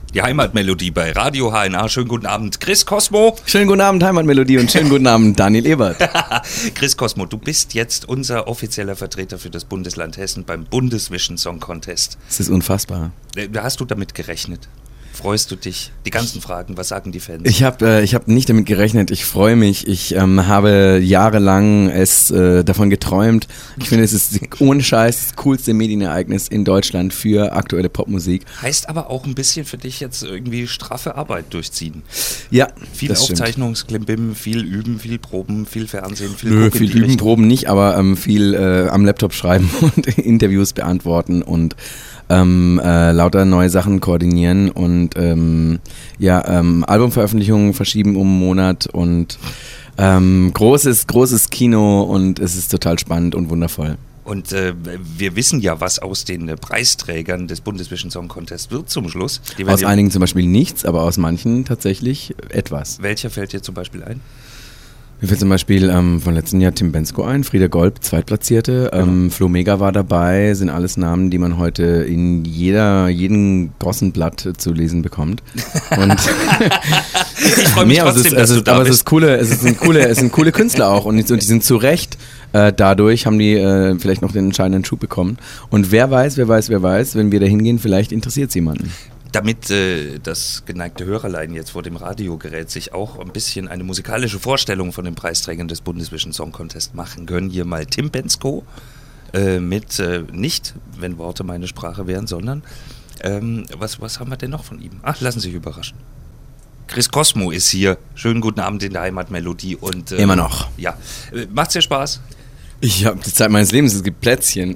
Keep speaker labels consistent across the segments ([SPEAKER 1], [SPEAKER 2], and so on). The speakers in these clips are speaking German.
[SPEAKER 1] Die Heimatmelodie bei Radio HNA. Schönen guten Abend, Chris Cosmo.
[SPEAKER 2] Schönen guten Abend, Heimatmelodie, und schönen guten Abend, Daniel Ebert.
[SPEAKER 1] Chris Cosmo, du bist jetzt unser offizieller Vertreter für das Bundesland Hessen beim Bundesvision Song Contest.
[SPEAKER 2] Das ist unfassbar.
[SPEAKER 1] Hast du damit gerechnet? Freust du dich? Die ganzen Fragen, was sagen die Fans?
[SPEAKER 2] Ich hab nicht damit gerechnet, ich freue mich. Ich habe jahrelang davon geträumt. Ich finde, es ist ohne Scheiß das coolste Medienereignis in Deutschland für aktuelle Popmusik.
[SPEAKER 1] Heißt aber auch ein bisschen für dich jetzt irgendwie straffe Arbeit durchziehen.
[SPEAKER 2] Ja,
[SPEAKER 1] viel Aufzeichnungsklimbim, viel üben, viel proben, viel Fernsehen, viel
[SPEAKER 2] Nö, viel üben, proben nicht, aber viel am Laptop schreiben und Interviews beantworten und lauter neue Sachen koordinieren und Albumveröffentlichungen verschieben um einen Monat und großes Kino, und es ist total spannend und wundervoll.
[SPEAKER 1] Und wir wissen ja, was aus den Preisträgern des Bundesvision Song Contest wird zum Schluss.
[SPEAKER 2] Aus einigen zum Beispiel nichts, aber aus manchen tatsächlich etwas.
[SPEAKER 1] Welcher fällt dir zum Beispiel ein?
[SPEAKER 2] Mir fällt zum Beispiel von letzten Jahr Tim Bendzko ein, Frieda Golb, Zweitplatzierte, Flo Mega war dabei, sind alles Namen, die man heute in jedem Gossenblatt zu lesen bekommt. Und
[SPEAKER 1] ich freue mich trotzdem, dass du da bist.
[SPEAKER 2] Aber es sind coole Künstler auch, und die sind zu Recht, dadurch haben die vielleicht noch den entscheidenden Schub bekommen. Und wer weiß, wenn wir da hingehen, vielleicht interessiert es jemanden.
[SPEAKER 1] Damit das geneigte Hörerlein jetzt vor dem Radiogerät sich auch ein bisschen eine musikalische Vorstellung von den Preisträgern des Bundesvision Song Contest machen können, hier mal Tim Bendzko mit nicht, wenn Worte meine Sprache wären, sondern was haben wir denn noch von ihm? Ach, lassen Sie sich überraschen. Chris Cosmo ist hier. Schönen guten Abend in der Heimatmelodie. Und
[SPEAKER 2] immer noch.
[SPEAKER 1] Ja, macht's dir Spaß?
[SPEAKER 2] Ich habe die Zeit meines Lebens, es gibt Plätzchen.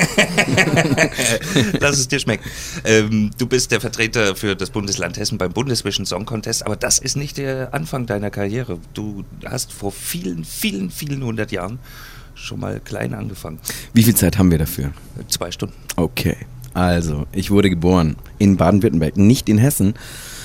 [SPEAKER 1] Lass es dir schmecken. Du bist der Vertreter für das Bundesland Hessen beim Bundesvision Song Contest, aber das ist nicht der Anfang deiner Karriere. Du hast vor vielen hundert Jahren schon mal klein angefangen.
[SPEAKER 2] Wie viel Zeit haben wir dafür?
[SPEAKER 1] 2 Stunden.
[SPEAKER 2] Okay, also ich wurde geboren in Baden-Württemberg, nicht in Hessen.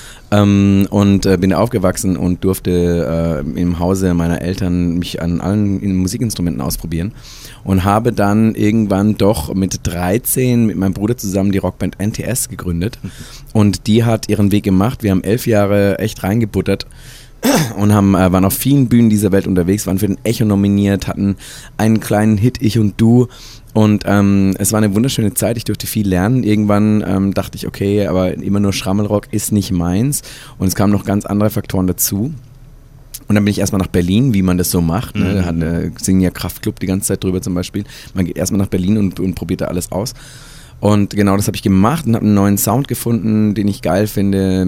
[SPEAKER 2] Und bin aufgewachsen und durfte im Hause meiner Eltern mich an allen Musikinstrumenten ausprobieren und habe dann irgendwann doch mit 13 mit meinem Bruder zusammen die Rockband NTS gegründet, und die hat ihren Weg gemacht. Wir haben 11 Jahre echt reingebuttert und waren auf vielen Bühnen dieser Welt unterwegs, waren für den Echo nominiert, hatten einen kleinen Hit, Ich und Du. Und es war eine wunderschöne Zeit, ich durfte viel lernen. Irgendwann dachte ich, okay, aber immer nur Schrammelrock ist nicht meins. Und es kamen noch ganz andere Faktoren dazu. Und dann bin ich erstmal nach Berlin, wie man das so macht. Ne? Singen ja Kraftklub die ganze Zeit drüber zum Beispiel. Man geht erstmal nach Berlin und probiert da alles aus. Und genau das habe ich gemacht und habe einen neuen Sound gefunden, den ich geil finde,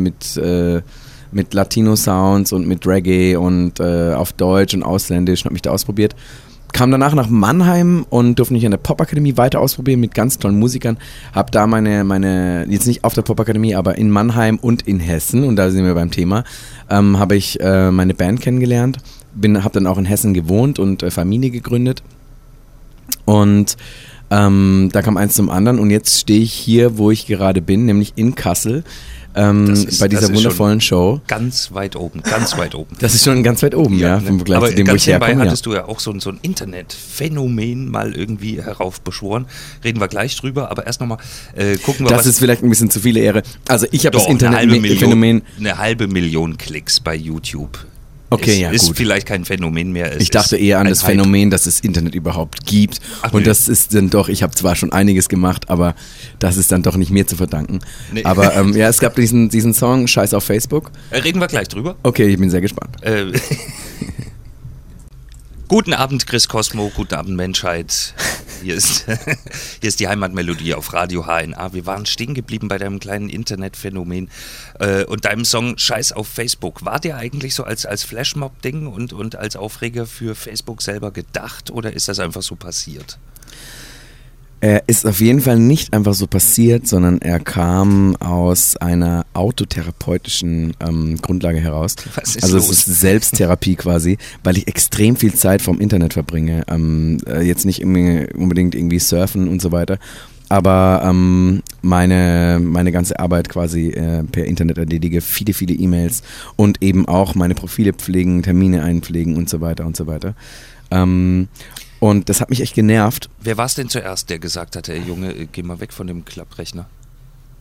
[SPEAKER 2] mit Latino-Sounds und mit Reggae und auf Deutsch und Ausländisch, und habe mich da ausprobiert. Kam danach nach Mannheim und durfte mich an der Popakademie weiter ausprobieren mit ganz tollen Musikern. Hab da meine jetzt nicht auf der Popakademie, aber in Mannheim und in Hessen, und da sind wir beim Thema, habe ich meine Band kennengelernt. Habe dann auch in Hessen gewohnt und Familie gegründet. Und da kam eins zum anderen, und jetzt stehe ich hier, wo ich gerade bin, nämlich in Kassel. Bei dieser wundervollen Show.
[SPEAKER 1] Ganz weit oben.
[SPEAKER 2] Das ist schon ganz weit oben, ja.
[SPEAKER 1] Ne?
[SPEAKER 2] Vom Vergleich
[SPEAKER 1] aber
[SPEAKER 2] zu dem, wo ich herkomme.
[SPEAKER 1] Aber hattest du ja auch so ein Internetphänomen mal irgendwie heraufbeschworen. Reden wir gleich drüber, aber erst nochmal gucken wir,
[SPEAKER 2] das ist vielleicht ein bisschen zu viele Ehre. Also ich habe das Internetphänomen.
[SPEAKER 1] 500.000 Klicks bei YouTube.
[SPEAKER 2] Okay,
[SPEAKER 1] ist vielleicht kein Phänomen mehr.
[SPEAKER 2] Ich dachte eher an das Phänomen, dass es Internet überhaupt gibt. Und das ist dann doch, ich habe zwar schon einiges gemacht, aber das ist dann doch nicht mir zu verdanken. Nee. Aber ja, es gab diesen Song, Scheiß auf Facebook.
[SPEAKER 1] Reden wir gleich drüber.
[SPEAKER 2] Okay, ich bin sehr gespannt.
[SPEAKER 1] Guten Abend, Chris Cosmo, guten Abend, Menschheit. Hier ist die Heimatmelodie auf Radio HNA. Wir waren stehen geblieben bei deinem kleinen Internetphänomen und deinem Song Scheiß auf Facebook. War der eigentlich so als Flashmob-Ding und als Aufreger für Facebook selber gedacht, oder ist das einfach so passiert?
[SPEAKER 2] Er ist auf jeden Fall nicht einfach so passiert, sondern er kam aus einer autotherapeutischen Grundlage heraus.
[SPEAKER 1] Was ist
[SPEAKER 2] also
[SPEAKER 1] los?
[SPEAKER 2] Es ist Selbsttherapie quasi, weil ich extrem viel Zeit vom Internet verbringe. Jetzt nicht unbedingt irgendwie surfen und so weiter, aber meine ganze Arbeit quasi per Internet erledige, viele E-Mails und eben auch meine Profile pflegen, Termine einpflegen und so weiter und so weiter. Und das hat mich echt genervt.
[SPEAKER 1] Wer war es denn zuerst, der gesagt hat, ey Junge, geh mal weg von dem Klapprechner?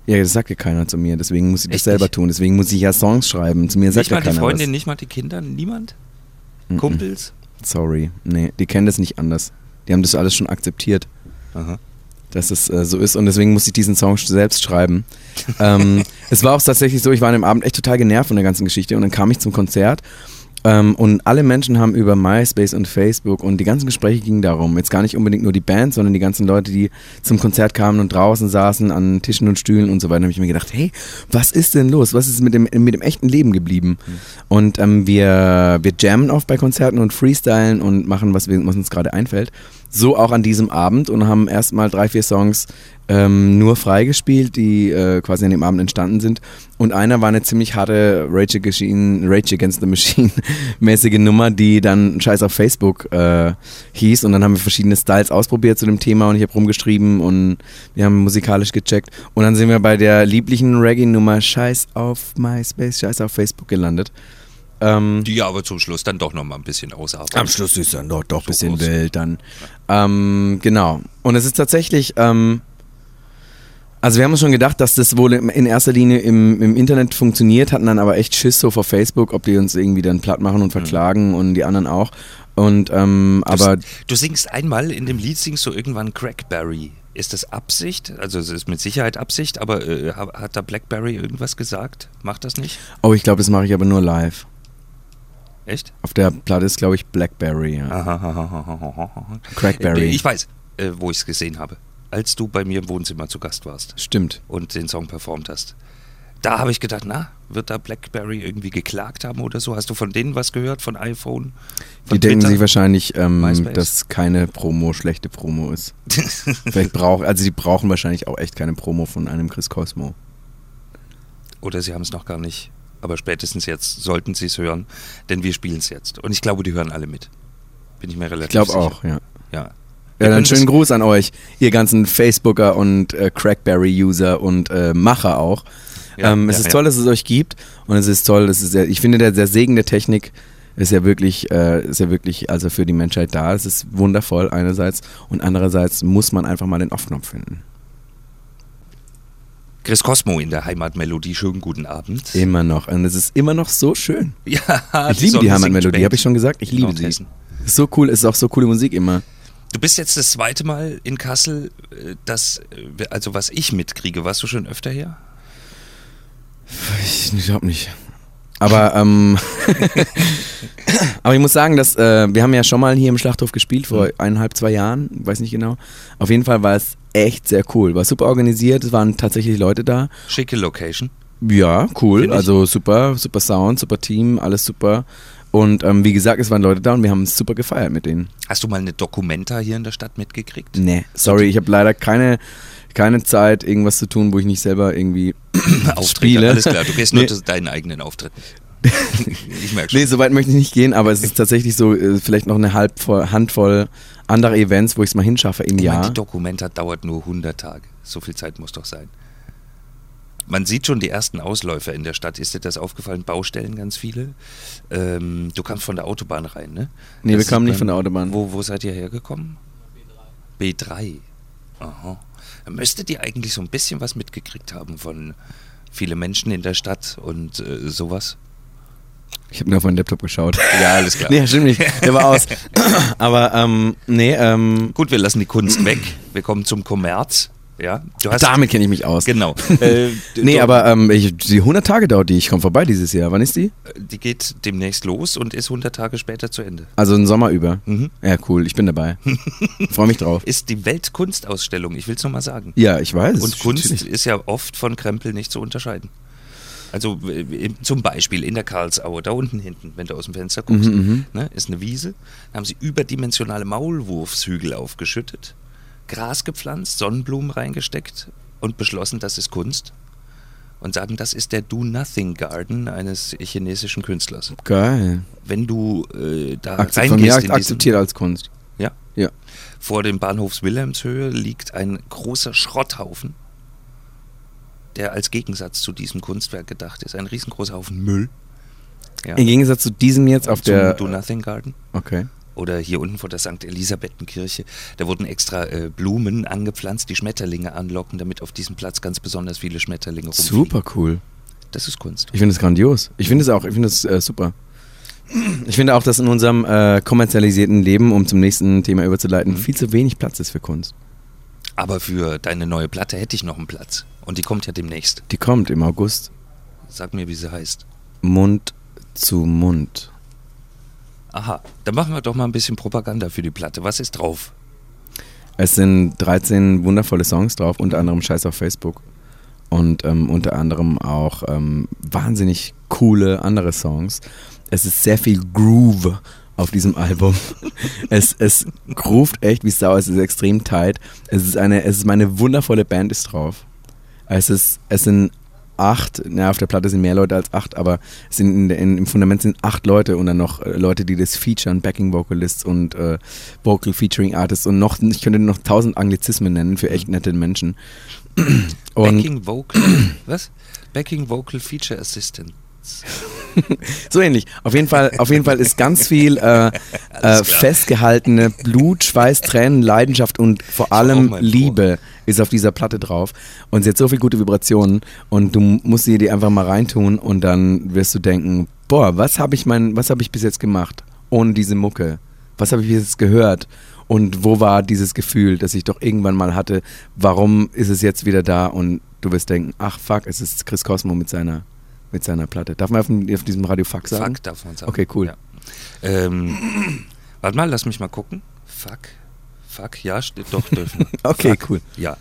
[SPEAKER 2] Ja, das sagt ja keiner zu mir, deswegen muss ich das
[SPEAKER 1] Echt
[SPEAKER 2] selber
[SPEAKER 1] nicht?
[SPEAKER 2] tun. Deswegen muss ich ja Songs schreiben. Zu mir sagt
[SPEAKER 1] Nicht
[SPEAKER 2] ja
[SPEAKER 1] mal die
[SPEAKER 2] keiner
[SPEAKER 1] Freundin,
[SPEAKER 2] was.
[SPEAKER 1] nicht mal die Kinder, niemand?
[SPEAKER 2] Mhm.
[SPEAKER 1] Kumpels?
[SPEAKER 2] Sorry, nee, die kennen das nicht anders. Die haben das alles schon akzeptiert,
[SPEAKER 1] Aha.
[SPEAKER 2] dass es so ist und deswegen muss ich diesen Song selbst schreiben. Es war auch tatsächlich so, ich war an dem Abend echt total genervt von der ganzen Geschichte und dann kam ich zum Konzert und alle Menschen haben über MySpace und Facebook und die ganzen Gespräche gingen darum, jetzt gar nicht unbedingt nur die Band, sondern die ganzen Leute, die zum Konzert kamen und draußen saßen an Tischen und Stühlen und so weiter, habe ich mir gedacht, hey, was ist denn los? Was ist mit dem echten Leben geblieben? Und wir jammen oft bei Konzerten und freestylen und machen, was uns gerade einfällt. So auch an diesem Abend und haben erstmal 3-4 Songs nur freigespielt, die quasi an dem Abend entstanden sind. Und einer war eine ziemlich harte Rage Against the Machine mäßige Nummer, die dann Scheiß auf Facebook hieß. Und dann haben wir verschiedene Styles ausprobiert zu dem Thema und ich habe rumgeschrieben und wir haben musikalisch gecheckt. Und dann sind wir bei der lieblichen Reggae-Nummer Scheiß auf MySpace, Scheiß auf Facebook gelandet.
[SPEAKER 1] Die aber zum Schluss dann doch nochmal ein bisschen ausarbeiten.
[SPEAKER 2] Am Schluss ist dann doch ein
[SPEAKER 1] So
[SPEAKER 2] bisschen
[SPEAKER 1] groß.
[SPEAKER 2] wild dann. Genau. Und es ist tatsächlich, also wir haben uns schon gedacht, dass das wohl in erster Linie im Internet funktioniert, hatten dann aber echt Schiss so vor Facebook, ob die uns irgendwie dann platt machen und verklagen und die anderen auch. Und aber
[SPEAKER 1] Du singst einmal in dem Lied, singst du irgendwann Crackberry. Ist das Absicht? Also es ist mit Sicherheit Absicht, aber hat da Blackberry irgendwas gesagt? Macht das nicht?
[SPEAKER 2] oh, ich glaube, das mache ich aber nur live.
[SPEAKER 1] Echt?
[SPEAKER 2] Auf der Platte ist, glaube ich, Blackberry. Ja.
[SPEAKER 1] Aha.
[SPEAKER 2] Crackberry.
[SPEAKER 1] Ich weiß, wo ich es gesehen habe. Als du bei mir im Wohnzimmer zu Gast warst
[SPEAKER 2] Stimmt.
[SPEAKER 1] und den Song performt hast. Da habe ich gedacht, na, wird da Blackberry irgendwie geklagt haben oder so? Hast du von denen was gehört? Von iPhone? Von
[SPEAKER 2] Die denken
[SPEAKER 1] Twitter?
[SPEAKER 2] sich wahrscheinlich,
[SPEAKER 1] MySpace?
[SPEAKER 2] dass keine Promo schlechte Promo ist. Die brauchen wahrscheinlich auch echt keine Promo von einem Chris Cosmo.
[SPEAKER 1] Oder sie haben es noch gar nicht. Aber spätestens jetzt sollten sie es hören, denn wir spielen es jetzt. Und ich glaube, die hören alle mit. Bin ich mir relativ
[SPEAKER 2] Ich glaube
[SPEAKER 1] sicher.
[SPEAKER 2] auch, ja.
[SPEAKER 1] Ja.
[SPEAKER 2] Ja, dann schönen Gruß an euch, ihr ganzen Facebooker und Crackberry-User und Macher auch. Es ist toll, dass es euch gibt und es ist toll, ich finde, der Segen der Technik ist ja wirklich also für die Menschheit da. Es ist wundervoll einerseits und andererseits muss man einfach mal den Off-Knopf finden.
[SPEAKER 1] Chris Cosmo in der Heimatmelodie. Schönen guten Abend.
[SPEAKER 2] Immer noch. Und es ist immer noch so schön.
[SPEAKER 1] Ja,
[SPEAKER 2] Ich liebe die Heimatmelodie, habe ich schon gesagt. Ich liebe sie.
[SPEAKER 1] Nordhessen.
[SPEAKER 2] Ist so cool, ist auch so coole Musik immer.
[SPEAKER 1] Du bist jetzt das zweite Mal in Kassel, also was ich mitkriege. Warst du schon öfter hier?
[SPEAKER 2] Ich glaube nicht. Aber, aber ich muss sagen, dass wir haben ja schon mal hier im Schlachthof gespielt vor 1,5-2 Jahren, weiß nicht genau. Auf jeden Fall war es echt sehr cool. War super organisiert, es waren tatsächlich Leute da.
[SPEAKER 1] Schicke Location.
[SPEAKER 2] Ja, cool.
[SPEAKER 1] Find ich.
[SPEAKER 2] Also super Sound, super Team, alles super. Und wie gesagt, es waren Leute da und wir haben es super gefeiert mit denen.
[SPEAKER 1] Hast du mal eine Dokumenta hier in der Stadt mitgekriegt?
[SPEAKER 2] Nee, sorry, ich habe leider keine Zeit, irgendwas zu tun, wo ich nicht selber irgendwie
[SPEAKER 1] Auftritte,
[SPEAKER 2] spiele.
[SPEAKER 1] alles klar. Du gehst nur
[SPEAKER 2] Nee.
[SPEAKER 1] zu deinen eigenen Auftritten. Ich merke schon.
[SPEAKER 2] Nee, so weit möchte ich nicht gehen, aber es ist tatsächlich so, vielleicht noch eine Handvoll anderer Events, wo ich es mal hinschaffe im
[SPEAKER 1] Ich meine,
[SPEAKER 2] Jahr.
[SPEAKER 1] die Dokumenta dauert nur 100 Tage. So viel Zeit muss doch sein. Man sieht schon die ersten Ausläufer in der Stadt. Ist dir das aufgefallen? Baustellen ganz viele. Du kamst von der Autobahn rein, ne?
[SPEAKER 2] Nee, wir
[SPEAKER 1] Das
[SPEAKER 2] kamen
[SPEAKER 1] sieht
[SPEAKER 2] nicht von der Autobahn.
[SPEAKER 1] Wo seid ihr hergekommen? B3. Aha. Da müsstet ihr eigentlich so ein bisschen was mitgekriegt haben von viele Menschen in der Stadt und sowas.
[SPEAKER 2] Ich habe nur auf meinen Laptop geschaut.
[SPEAKER 1] Ja, alles klar.
[SPEAKER 2] Nee, stimmt nicht. Der war aus. Aber,
[SPEAKER 1] Gut, wir lassen die Kunst weg. Wir kommen zum Kommerz. Ja, du hast
[SPEAKER 2] damit kenne ich mich aus.
[SPEAKER 1] Genau.
[SPEAKER 2] Nee, aber die 100 Tage dauert die. Ich komme vorbei dieses Jahr. Wann ist die?
[SPEAKER 1] Die geht demnächst los und ist 100 Tage später zu Ende.
[SPEAKER 2] Also einen Sommer über.
[SPEAKER 1] Mhm.
[SPEAKER 2] Ja, cool. Ich bin dabei. Freue mich drauf.
[SPEAKER 1] Ist die Weltkunstausstellung, ich will es nochmal sagen.
[SPEAKER 2] Ja, ich weiß.
[SPEAKER 1] Und Kunst
[SPEAKER 2] natürlich.
[SPEAKER 1] ist ja oft von Krempel nicht zu unterscheiden. Also zum Beispiel in der Karlsau, da unten hinten, wenn du aus dem Fenster guckst, ne, ist eine Wiese. Da haben sie überdimensionale Maulwurfshügel aufgeschüttet, Gras gepflanzt, Sonnenblumen reingesteckt und beschlossen, das ist Kunst. Und sagen, das ist der Do-Nothing Garden eines chinesischen Künstlers.
[SPEAKER 2] Geil.
[SPEAKER 1] Wenn du da
[SPEAKER 2] Von mir
[SPEAKER 1] reingehst in
[SPEAKER 2] akzeptiert als Kunst.
[SPEAKER 1] ja,
[SPEAKER 2] Ja.
[SPEAKER 1] vor dem Bahnhofs Wilhelmshöhe liegt ein großer Schrotthaufen, der als Gegensatz zu diesem Kunstwerk gedacht ist. Ein riesengroßer Haufen Müll. Ja.
[SPEAKER 2] Im Gegensatz zu diesem jetzt auf
[SPEAKER 1] Zum
[SPEAKER 2] der.
[SPEAKER 1] Do-Nothing Garden.
[SPEAKER 2] Okay.
[SPEAKER 1] oder hier unten vor der St. Elisabethenkirche, da wurden extra Blumen angepflanzt, die Schmetterlinge anlocken, damit auf diesem Platz ganz besonders viele Schmetterlinge rumfliegen.
[SPEAKER 2] Super cool.
[SPEAKER 1] Das ist Kunst.
[SPEAKER 2] Ich finde es grandios. Ich finde es super. Ich finde auch, dass in unserem kommerzialisierten Leben, um zum nächsten Thema überzuleiten, viel zu wenig Platz ist für Kunst.
[SPEAKER 1] Aber für deine neue Platte hätte ich noch einen Platz. Und die kommt ja demnächst.
[SPEAKER 2] Die kommt im August.
[SPEAKER 1] Sag mir, wie sie heißt.
[SPEAKER 2] Mund zu Mund.
[SPEAKER 1] Aha, dann machen wir doch mal ein bisschen Propaganda für die Platte. Was ist drauf?
[SPEAKER 2] Es sind 13 wundervolle Songs drauf, unter anderem Scheiß auf Facebook. Und unter anderem auch wahnsinnig coole andere Songs. Es ist sehr viel Groove auf diesem Album. Es groovt echt wie Sau, es ist extrem tight. Es ist meine wundervolle Band ist drauf. Es sind 8, auf der Platte sind mehr Leute als 8, aber im Fundament sind 8 Leute und dann noch Leute, die das featuren, Backing Vocalists und Vocal Featuring Artists und noch, ich könnte noch 1000 Anglizismen nennen für echt nette Menschen.
[SPEAKER 1] Backing Vocal, was? Backing Vocal Feature Assistant.
[SPEAKER 2] So ähnlich. Auf jeden Fall ist ganz viel festgehaltene Blut, Schweiß, Tränen, Leidenschaft und vor allem Liebe ist auf dieser Platte drauf. Und sie hat so viel gute Vibrationen und du musst sie dir einfach mal reintun und dann wirst du denken, boah, was habe ich bis jetzt gemacht ohne diese Mucke? Was habe ich bis jetzt gehört? Und wo war dieses Gefühl, das ich doch irgendwann mal hatte? Warum ist es jetzt wieder da? Und du wirst denken, ach fuck, es ist Chris Cosmo mit seiner Platte. Darf man auf diesem Radio Fuck sagen?
[SPEAKER 1] Fuck darf man sagen.
[SPEAKER 2] Okay, cool.
[SPEAKER 1] Ja. Warte mal, lass mich mal gucken. Fuck, ja, steht doch dürfen.
[SPEAKER 2] Okay,
[SPEAKER 1] Fuck,
[SPEAKER 2] cool.
[SPEAKER 1] Ja.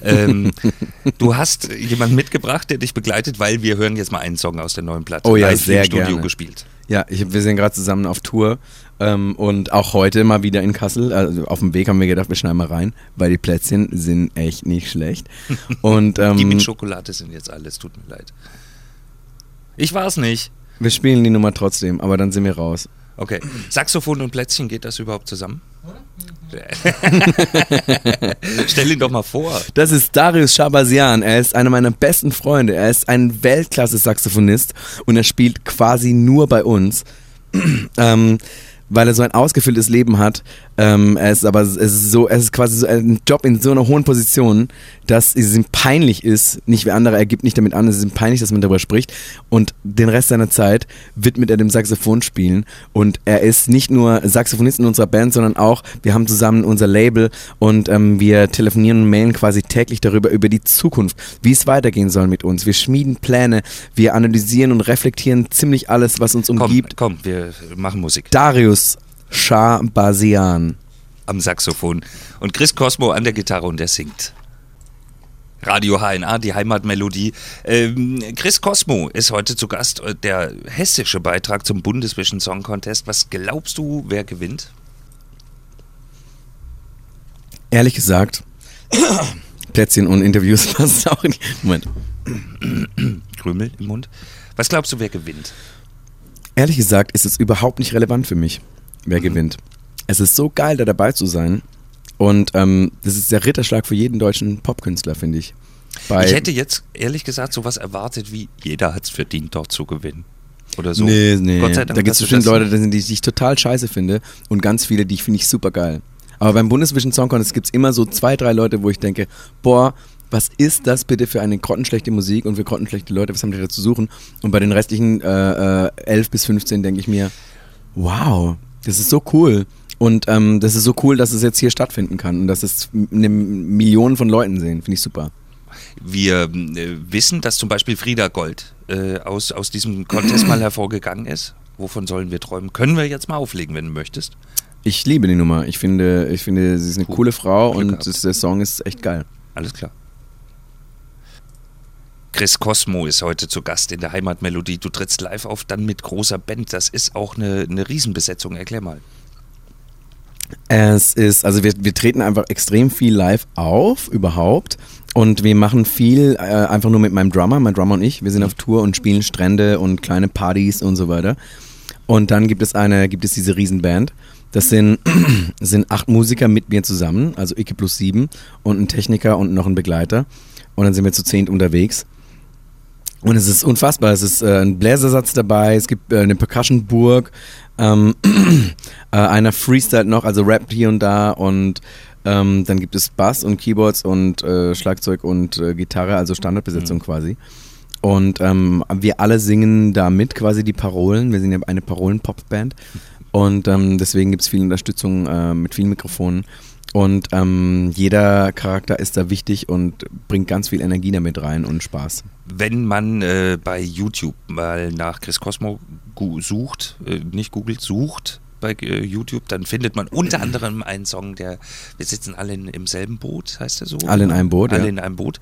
[SPEAKER 1] Du hast jemanden mitgebracht, der dich begleitet, weil wir hören jetzt mal einen Song aus der neuen Platte.
[SPEAKER 2] Oh ja,
[SPEAKER 1] live
[SPEAKER 2] sehr
[SPEAKER 1] im Studio
[SPEAKER 2] gerne.
[SPEAKER 1] Gespielt.
[SPEAKER 2] Ja, wir sind gerade zusammen auf Tour und auch heute mal wieder in Kassel. Also auf dem Weg haben wir gedacht, wir schneiden mal rein, weil die Plätzchen sind echt nicht schlecht. Und,
[SPEAKER 1] die mit Schokolade sind jetzt alles, tut mir leid. Ich war's nicht.
[SPEAKER 2] Wir spielen die Nummer trotzdem, aber dann sind wir raus.
[SPEAKER 1] Okay. Saxophon und Plätzchen, geht das überhaupt zusammen? Stell ihn doch mal vor.
[SPEAKER 2] Das ist Darius Shabasian. Er ist einer meiner besten Freunde. Er ist ein Weltklasse-Saxophonist und er spielt quasi nur bei uns. Weil er so ein ausgefülltes Leben hat. Es ist quasi so ein Job in so einer hohen Position, dass es ihm peinlich ist, nicht wie andere, er gibt nicht damit an, es ist ihm peinlich, dass man darüber spricht und den Rest seiner Zeit widmet er dem Saxophonspielen und er ist nicht nur Saxophonist in unserer Band, sondern auch, wir haben zusammen unser Label und wir telefonieren und mailen quasi täglich darüber, über die Zukunft, wie es weitergehen soll mit uns. Wir schmieden Pläne, wir analysieren und reflektieren ziemlich alles, was uns umgibt.
[SPEAKER 1] Komm, wir machen Musik.
[SPEAKER 2] Darius Shabasian
[SPEAKER 1] am Saxophon und Chris Cosmo an der Gitarre und der singt. Radio HNA, die Heimatmelodie. Chris Cosmo ist heute zu Gast, der hessische Beitrag zum Bundesvision Song Contest. Was glaubst du, wer gewinnt?
[SPEAKER 2] Ehrlich gesagt, Plätzchen und Interviews passt auch nicht. Moment.
[SPEAKER 1] Krümel im Mund. Was glaubst du, wer gewinnt?
[SPEAKER 2] Ehrlich gesagt ist es überhaupt nicht relevant für mich, wer gewinnt. Es ist so geil, da dabei zu sein. Und das ist der Ritterschlag für jeden deutschen Popkünstler, finde ich.
[SPEAKER 1] Ich hätte jetzt, ehrlich gesagt, sowas erwartet wie, jeder hat es verdient, dort zu gewinnen. Oder so.
[SPEAKER 2] Nee.
[SPEAKER 1] Gott sei Dank,
[SPEAKER 2] da gibt es bestimmt Leute, die ich total scheiße finde. Und ganz viele, die finde ich super geil. Aber beim Bundesvision Song Contest gibt es immer so 2, 3 Leute, wo ich denke, boah, was ist das bitte für eine grottenschlechte Musik und für grottenschlechte Leute, was haben die da zu suchen? Und bei den restlichen 11 bis 15 denke ich mir, wow, das ist so cool. Und das ist so cool, dass es jetzt hier stattfinden kann und dass es Millionen von Leuten sehen. Finde ich super.
[SPEAKER 1] Wir wissen, dass zum Beispiel Frieda Gold aus diesem Contest mal hervorgegangen ist. Wovon sollen wir träumen? Können wir jetzt mal auflegen, wenn du möchtest?
[SPEAKER 2] Ich liebe die Nummer. Ich finde, sie ist eine coole Frau und der Song ist echt geil.
[SPEAKER 1] Alles klar. Chris Cosmo ist heute zu Gast in der Heimatmelodie. Du trittst live auf, dann mit großer Band. Das ist auch eine Riesenbesetzung. Erklär mal.
[SPEAKER 2] Wir treten einfach extrem viel live auf, überhaupt. Und wir machen viel einfach nur mit mein Drummer und ich. Wir sind auf Tour und spielen Strände und kleine Partys und so weiter. Und dann gibt es diese Riesenband. Das sind 8 Musiker mit mir zusammen, also Icke plus 7 und ein Techniker und noch ein Begleiter. Und dann sind wir zu 10 unterwegs. Und es ist unfassbar. Es ist ein Bläsersatz dabei, es gibt eine Percussion-Burg, einer freestylt noch, also rappt hier und da und dann gibt es Bass und Keyboards und Schlagzeug und Gitarre, also Standardbesetzung quasi. Und wir alle singen da mit quasi die Parolen. Wir sind ja eine Parolen-Pop-Band und deswegen gibt es viel Unterstützung mit vielen Mikrofonen. Und jeder Charakter ist da wichtig und bringt ganz viel Energie damit rein und Spaß.
[SPEAKER 1] Wenn man bei YouTube mal nach Chris Cosmo sucht, nicht googelt, sucht bei YouTube, dann findet man unter anderem einen Song, wir sitzen alle im selben Boot, heißt der so?
[SPEAKER 2] Alle in einem Boot,
[SPEAKER 1] Alle in einem Boot.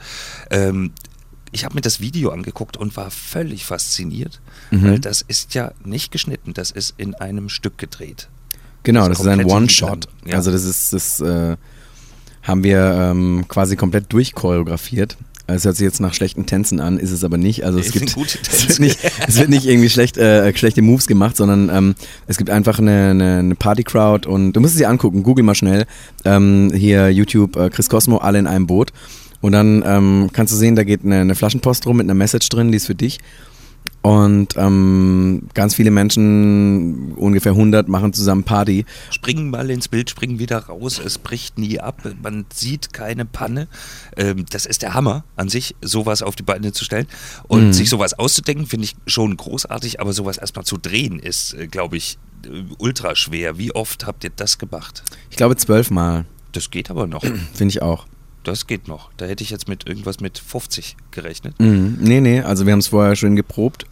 [SPEAKER 1] Ich habe mir das Video angeguckt und war völlig fasziniert, weil das ist ja nicht geschnitten, das ist in einem Stück gedreht.
[SPEAKER 2] Genau, das ist ein
[SPEAKER 1] komplett
[SPEAKER 2] One-Shot.
[SPEAKER 1] Ja.
[SPEAKER 2] Also das haben wir quasi komplett durchchoreografiert. Es hört sich jetzt nach schlechten Tänzen an, ist es aber nicht. Also es wird nicht irgendwie schlechte Moves gemacht, sondern es gibt einfach eine Party-Crowd und du musst es dir angucken, google mal schnell. Hier YouTube, Chris Cosmo, alle in einem Boot. Und dann kannst du sehen, da geht eine Flaschenpost rum mit einer Message drin, die ist für dich. Und ganz viele Menschen, ungefähr 100, machen zusammen Party.
[SPEAKER 1] Springen mal ins Bild, springen wieder raus, es bricht nie ab, man sieht keine Panne. Das ist der Hammer an sich, sowas auf die Beine zu stellen. Und sich sowas auszudenken, finde ich schon großartig, aber sowas erstmal zu drehen ist, glaube ich, ultra schwer. Wie oft habt ihr das gemacht?
[SPEAKER 2] Ich glaube 12 Mal. Das
[SPEAKER 1] geht aber noch.
[SPEAKER 2] Finde ich auch.
[SPEAKER 1] Das geht noch. Da hätte ich jetzt mit irgendwas mit 50 gerechnet.
[SPEAKER 2] Nee, also wir haben es vorher schön geprobt.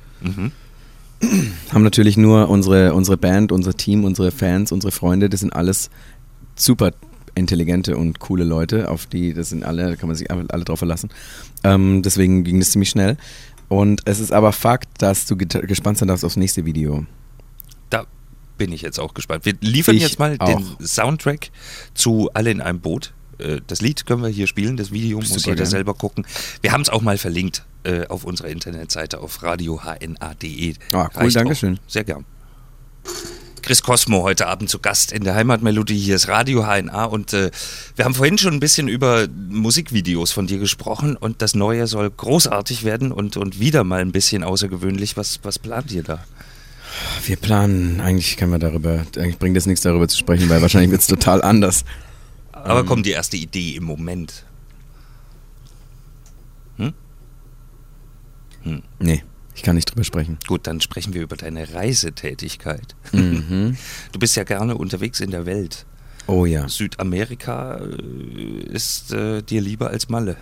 [SPEAKER 2] Haben natürlich nur unsere Band, unser Team, unsere Fans, unsere Freunde, das sind alles super intelligente und coole Leute, da kann man sich alle drauf verlassen. Deswegen ging das ziemlich schnell. Und es ist aber Fakt, dass du gespannt sein darfst aufs nächste Video.
[SPEAKER 1] Da bin ich jetzt auch gespannt. Wir liefern jetzt mal den Soundtrack zu Alle in einem Boot. Das Lied können wir hier spielen, das Video muss jeder selber gucken. Wir haben es auch mal verlinkt auf unserer Internetseite auf radiohna.de.
[SPEAKER 2] Cool, dankeschön.
[SPEAKER 1] Sehr gern. Chris Cosmo heute Abend zu Gast in der Heimatmelodie. Hier ist Radio HNA und wir haben vorhin schon ein bisschen über Musikvideos von dir gesprochen und das Neue soll großartig werden und wieder mal ein bisschen außergewöhnlich. Was plant ihr da?
[SPEAKER 2] Wir planen, eigentlich bringt es nichts darüber zu sprechen, weil wahrscheinlich wird es total anders.
[SPEAKER 1] Aber kommt die erste Idee im Moment?
[SPEAKER 2] Nee, ich kann nicht drüber sprechen.
[SPEAKER 1] Gut, dann sprechen wir über deine Reisetätigkeit. Du bist ja gerne unterwegs in der Welt.
[SPEAKER 2] Oh ja.
[SPEAKER 1] Südamerika ist dir lieber als Malle.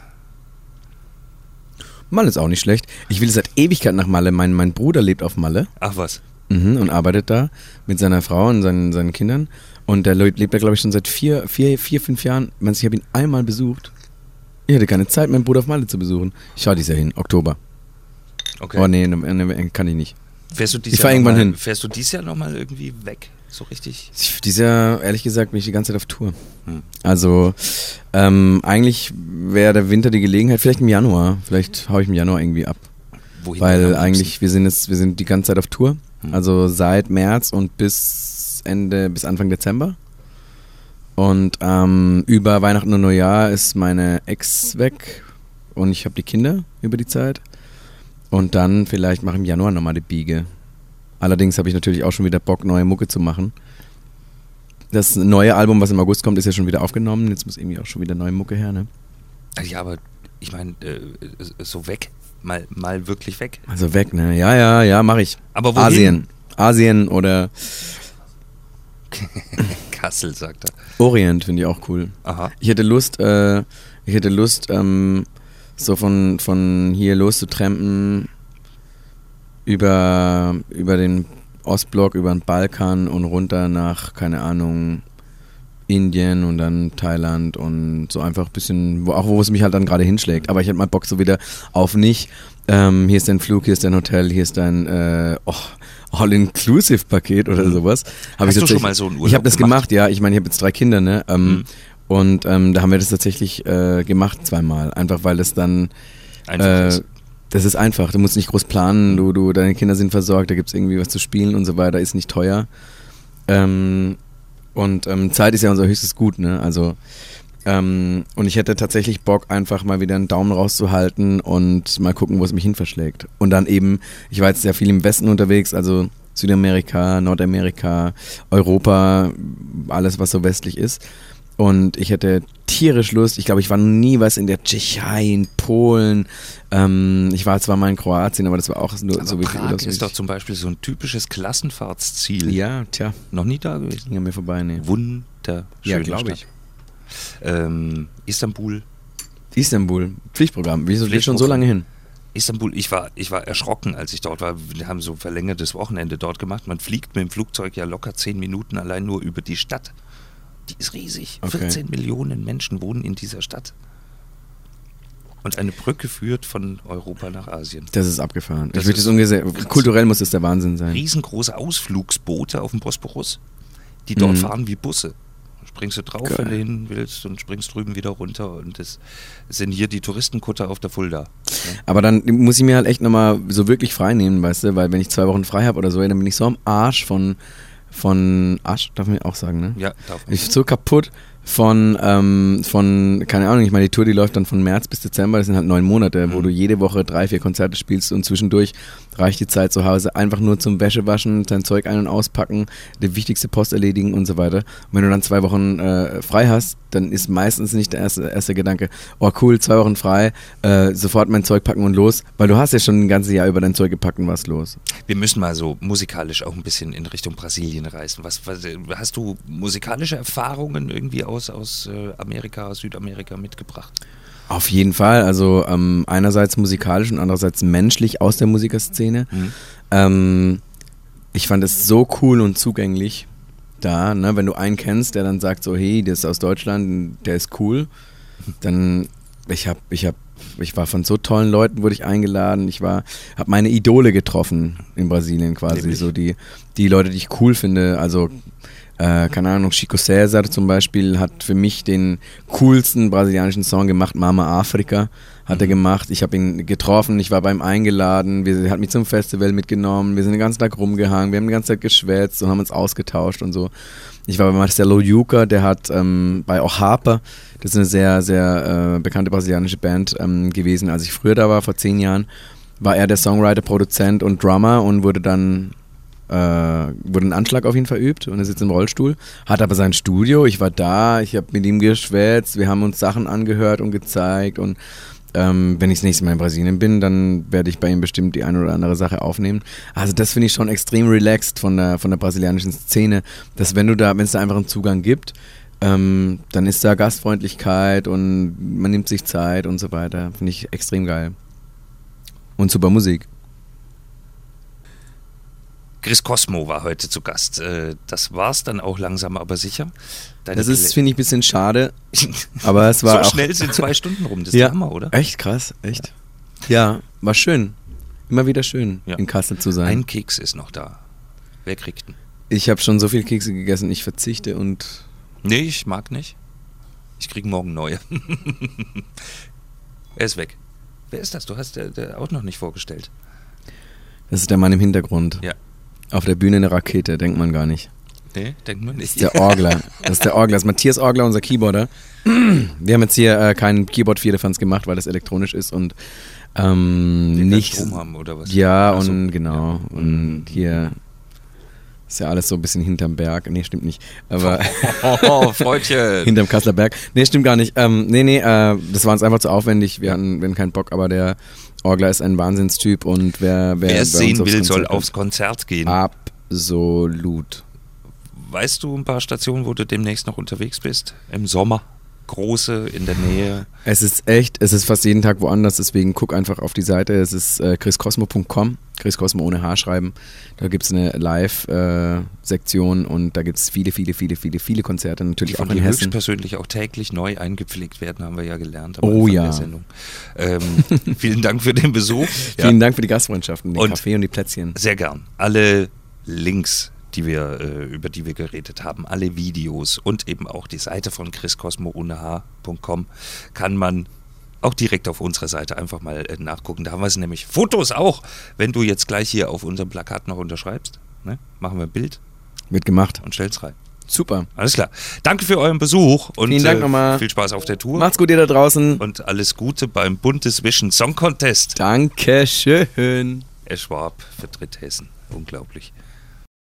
[SPEAKER 2] Malle ist auch nicht schlecht. Ich will seit Ewigkeit nach Malle. Mein Bruder lebt auf Malle.
[SPEAKER 1] Ach was.
[SPEAKER 2] Und arbeitet da mit seiner Frau und seinen Kindern. Und der lebt da, glaube ich, schon seit 5 Jahren. Ich habe ihn einmal besucht. Ich hatte keine Zeit, meinen Bruder auf Malle zu besuchen. Ich schaue dieses Jahr hin, Oktober.
[SPEAKER 1] Okay.
[SPEAKER 2] Oh nee, kann ich nicht.
[SPEAKER 1] Ich fahre irgendwann hin. Fährst du dieses Jahr nochmal irgendwie weg? So richtig?
[SPEAKER 2] Dieses Jahr, ehrlich gesagt, bin ich die ganze Zeit auf Tour. Also, eigentlich wäre der Winter die Gelegenheit, vielleicht im Januar. Vielleicht haue ich im Januar irgendwie ab. Wohin? Weil eigentlich, wir sind die ganze Zeit auf Tour. Also seit März und bis Anfang Dezember. Und über Weihnachten und Neujahr ist meine Ex weg und ich habe die Kinder über die Zeit. Und dann vielleicht mache ich im Januar nochmal die Biege. Allerdings habe ich natürlich auch schon wieder Bock, neue Mucke zu machen. Das neue Album, was im August kommt, ist ja schon wieder aufgenommen. Jetzt muss irgendwie auch schon wieder neue Mucke her, ne?
[SPEAKER 1] Ja, aber ich meine, so weg, mal wirklich weg.
[SPEAKER 2] Also weg, ne? Ja, mache ich.
[SPEAKER 1] Aber wohin?
[SPEAKER 2] Asien oder
[SPEAKER 1] Kassel, sagt er.
[SPEAKER 2] Orient finde ich auch cool.
[SPEAKER 1] Aha.
[SPEAKER 2] Ich hätte Lust, so von hier loszutrampen über den Ostblock, über den Balkan und runter nach, keine Ahnung, Indien und dann Thailand und so einfach ein bisschen, wo es mich halt dann gerade hinschlägt. Aber ich hätte mal Bock so wieder auf nicht, hier ist dein Flug, hier ist dein Hotel, hier ist dein All-Inclusive-Paket oder sowas.
[SPEAKER 1] Hast du schon mal so einen Urlaub
[SPEAKER 2] Ich habe das gemacht, ja. Ich meine, ich habe jetzt 3 Kinder, ne? Und da haben wir das tatsächlich gemacht 2-mal. Einfach weil das dann das ist einfach. Du musst nicht groß planen, deine Kinder sind versorgt, da gibt es irgendwie was zu spielen und so weiter, ist nicht teuer. Und Zeit ist ja unser höchstes Gut, ne? Also Und ich hätte tatsächlich Bock, einfach mal wieder einen Daumen rauszuhalten und mal gucken, wo es mich hin verschlägt. Und dann eben, ich war jetzt sehr viel im Westen unterwegs, also Südamerika, Nordamerika, Europa, alles, was so westlich ist. Und ich hätte tierisch Lust, ich glaube, ich war noch nie was in der Tschechei, in Polen. Ich war zwar mal in Kroatien, aber das war auch nur
[SPEAKER 1] aber
[SPEAKER 2] so wie
[SPEAKER 1] Prag ist doch zum Beispiel so ein typisches Klassenfahrtsziel.
[SPEAKER 2] Ja, tja.
[SPEAKER 1] Noch nie da gewesen?
[SPEAKER 2] Ging an mir vorbei, ne.
[SPEAKER 1] Wunderschöne
[SPEAKER 2] Ja, glaube ich.
[SPEAKER 1] Istanbul.
[SPEAKER 2] Istanbul, Pflichtprogramm. Wieso will schon so lange hin?
[SPEAKER 1] Istanbul, ich war erschrocken, als ich dort war. Wir haben so verlängertes Wochenende dort gemacht. Man fliegt mit dem Flugzeug ja locker 10 Minuten allein nur über die Stadt. Die ist riesig.
[SPEAKER 2] Okay.
[SPEAKER 1] 14 Millionen Menschen wohnen in dieser Stadt. Und eine Brücke führt von Europa nach Asien.
[SPEAKER 2] Das ist abgefahren.
[SPEAKER 1] Das
[SPEAKER 2] Ich würde das ungefähr, kulturell muss das der Wahnsinn sein.
[SPEAKER 1] Riesengroße Ausflugsboote auf dem Bosporus, die dort fahren wie Busse. Springst du drauf,
[SPEAKER 2] Geil.
[SPEAKER 1] wenn du hin willst, und springst drüben wieder runter. Und das sind hier die Touristenkutter auf der Fulda. Ja.
[SPEAKER 2] Aber dann muss ich mir halt echt nochmal so wirklich frei nehmen, weißt du, weil wenn ich 2 Wochen frei habe oder so, dann bin ich so am Arsch von Arsch, darf man auch sagen, ne?
[SPEAKER 1] Ja, darf man.
[SPEAKER 2] Ich bin so kaputt von, keine Ahnung, ich meine, die Tour, die läuft dann von März bis Dezember, das sind halt 9 Monate, wo du jede Woche 3, 4 Konzerte spielst und zwischendurch reicht die Zeit zu Hause einfach nur zum Wäschewaschen, dein Zeug ein- und auspacken, die wichtigste Post erledigen und so weiter. Und wenn du dann 2 Wochen frei hast, dann ist meistens nicht der erste Gedanke, oh cool, 2 Wochen frei, sofort mein Zeug packen und los, weil du hast ja schon ein ganzes Jahr über dein Zeug gepackt und warst los.
[SPEAKER 1] Wir müssen mal so musikalisch auch ein bisschen in Richtung Brasilien reisen. Was hast du musikalische Erfahrungen irgendwie aus Amerika, Südamerika mitgebracht?
[SPEAKER 2] Auf jeden Fall, also einerseits musikalisch und andererseits menschlich aus der Musikerszene. Ich fand es so cool und zugänglich da, ne? Wenn du einen kennst, der dann sagt so, hey, der ist aus Deutschland, der ist cool, dann, ich war von so tollen Leuten, wurde ich eingeladen, habe meine Idole getroffen in Brasilien quasi,
[SPEAKER 1] Nämlich?
[SPEAKER 2] so die Leute, die ich cool finde, also keine Ahnung, Chico César zum Beispiel hat für mich den coolsten brasilianischen Song gemacht, Mama Africa hat er gemacht, ich habe ihn getroffen, ich war bei ihm eingeladen, er hat mich zum Festival mitgenommen, wir sind den ganzen Tag rumgehangen, wir haben die ganze Zeit geschwätzt und haben uns ausgetauscht und so. Ich war bei Marcelo Yuca, der hat bei Harper, das ist eine sehr, sehr bekannte brasilianische Band gewesen, als ich früher da war, vor 10 Jahren, war er der Songwriter, Produzent und Drummer und wurde ein Anschlag auf ihn verübt und er sitzt im Rollstuhl, hat aber sein Studio, ich war da, ich habe mit ihm geschwätzt, wir haben uns Sachen angehört und gezeigt und wenn ich das nächste Mal in Brasilien bin, dann werde ich bei ihm bestimmt die eine oder andere Sache aufnehmen. Also das finde ich schon extrem relaxed von der brasilianischen Szene, dass wenn es da einfach einen Zugang gibt, dann ist da Gastfreundlichkeit und man nimmt sich Zeit und so weiter. Finde ich extrem geil. Und super Musik.
[SPEAKER 1] Chris Cosmo war heute zu Gast. Das war's dann auch langsam, aber sicher.
[SPEAKER 2] Das ist, finde ich, ein bisschen schade. Aber es war
[SPEAKER 1] so
[SPEAKER 2] auch
[SPEAKER 1] schnell sind 2 Stunden rum. Das ist der Hammer, oder?
[SPEAKER 2] Echt krass, echt. Ja, war schön. Immer wieder schön,
[SPEAKER 1] Ja.
[SPEAKER 2] in Kassel zu sein.
[SPEAKER 1] Ein Keks ist noch da. Wer kriegt ihn?
[SPEAKER 2] Ich habe schon so viel Kekse gegessen, ich verzichte und...
[SPEAKER 1] Nee, ich mag nicht. Ich krieg morgen neue. Er ist weg. Wer ist das? Du hast der auch noch nicht vorgestellt.
[SPEAKER 2] Das ist der Mann im Hintergrund.
[SPEAKER 1] Ja.
[SPEAKER 2] Auf der Bühne eine Rakete, denkt man gar nicht.
[SPEAKER 1] Nee, denkt man nicht.
[SPEAKER 2] Das ist der Orgler. Das ist Matthias Orgler, unser Keyboarder. Wir haben jetzt hier keinen Keyboard-Vierlefanz gemacht, weil das elektronisch ist und nicht...
[SPEAKER 1] Strom haben oder was?
[SPEAKER 2] Ja,
[SPEAKER 1] Ach so.
[SPEAKER 2] und genau.
[SPEAKER 1] Ja.
[SPEAKER 2] Und hier ist ja alles so ein bisschen hinterm Berg. Nee, stimmt nicht. Aber
[SPEAKER 1] Oh, Freundchen.
[SPEAKER 2] hinterm Kasseler Berg. Nee, stimmt gar nicht. Das war uns einfach zu aufwendig. Wir hatten keinen Bock, aber der Orgler ist ein Wahnsinnstyp und wer
[SPEAKER 1] es
[SPEAKER 2] bei
[SPEAKER 1] sehen
[SPEAKER 2] uns
[SPEAKER 1] will, soll
[SPEAKER 2] Konzert
[SPEAKER 1] aufs Konzert gehen.
[SPEAKER 2] Absolut.
[SPEAKER 1] Weißt du ein paar Stationen, wo du demnächst noch unterwegs bist? Im Sommer? Große, in der Nähe?
[SPEAKER 2] Es ist fast jeden Tag woanders, deswegen guck einfach auf die Seite. Es ist chriscosmo.com, Chris Cosmo ohne H schreiben. Da gibt es eine Live-Sektion und da gibt es viele Konzerte, natürlich
[SPEAKER 1] Die
[SPEAKER 2] auch
[SPEAKER 1] von
[SPEAKER 2] in
[SPEAKER 1] dir
[SPEAKER 2] Hessen.
[SPEAKER 1] höchstpersönlich auch täglich neu eingepflegt werden, haben wir ja gelernt am
[SPEAKER 2] Oh
[SPEAKER 1] Anfang
[SPEAKER 2] ja.
[SPEAKER 1] der Sendung. Vielen Dank für den Besuch.
[SPEAKER 2] Vielen Dank für die Gastfreundschaften, den
[SPEAKER 1] Und
[SPEAKER 2] Kaffee und die Plätzchen.
[SPEAKER 1] Sehr gern. Alle Links, über die wir geredet haben, alle Videos und eben auch die Seite von chriscosmo.com kann man auch direkt auf unserer Seite einfach mal nachgucken. Da haben wir es nämlich. Fotos auch, wenn du jetzt gleich hier auf unserem Plakat noch unterschreibst. Ne? Machen wir ein Bild
[SPEAKER 2] Wird gemacht.
[SPEAKER 1] und stell's rein.
[SPEAKER 2] Super.
[SPEAKER 1] Alles klar. Danke für euren Besuch und
[SPEAKER 2] Vielen Dank nochmal.
[SPEAKER 1] Viel Spaß auf der Tour.
[SPEAKER 2] Macht's gut, ihr da draußen.
[SPEAKER 1] Und alles Gute beim Bundesvision Song Contest.
[SPEAKER 2] Dankeschön.
[SPEAKER 1] Schwab vertritt Hessen. Unglaublich.